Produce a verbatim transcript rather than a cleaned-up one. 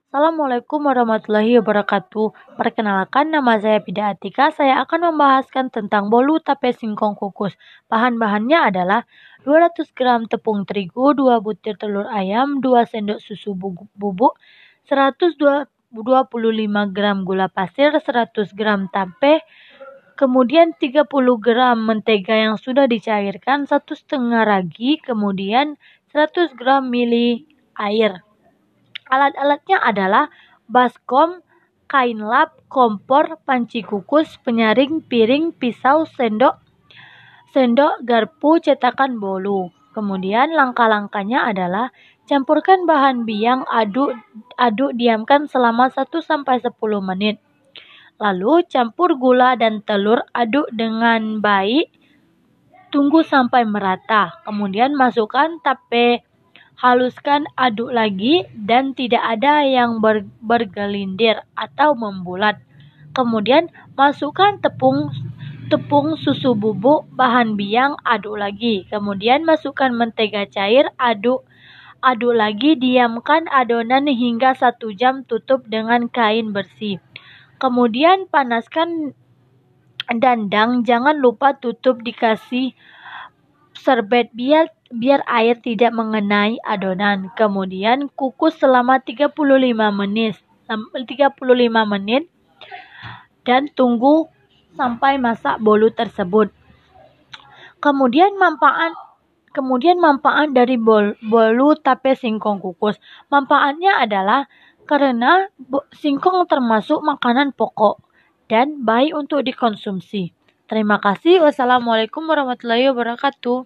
Assalamualaikum warahmatullahi wabarakatuh. Perkenalkan, nama saya Fida Atika. Saya akan membahaskan tentang bolu tape singkong kukus. Bahan-bahannya adalah dua ratus gram tepung terigu, dua butir telur ayam, dua sendok susu bubuk, seratus dua puluh lima gram gula pasir, seratus gram tape, kemudian tiga puluh gram mentega yang sudah dicairkan, satu setengah ragi, kemudian seratus gram mili air. Alat-alatnya adalah baskom, kain lap, kompor, panci kukus, penyaring, piring, pisau, sendok, sendok, garpu, cetakan bolu. Kemudian langkah-langkahnya adalah campurkan bahan biang, aduk, aduk diamkan selama satu sampai sepuluh menit. Lalu campur gula dan telur, aduk dengan baik, tunggu sampai merata. Kemudian masukkan tape, haluskan, aduk lagi, dan tidak ada yang ber, bergelindir atau membulat. Kemudian masukkan tepung tepung susu bubuk, bahan biang, aduk lagi. Kemudian masukkan mentega cair, aduk aduk lagi, diamkan adonan hingga satu jam, tutup dengan kain bersih. Kemudian panaskan dandang, jangan lupa tutup, dikasih serbet biar biar air tidak mengenai adonan. Kemudian kukus selama tiga puluh lima menit tiga puluh lima menit dan tunggu sampai masak bolu tersebut. Kemudian manfaat kemudian manfaat dari bol, bolu tape singkong kukus. Manfaatnya adalah karena singkong termasuk makanan pokok dan baik untuk dikonsumsi. Terima kasih. Wassalamualaikum warahmatullahi wabarakatuh.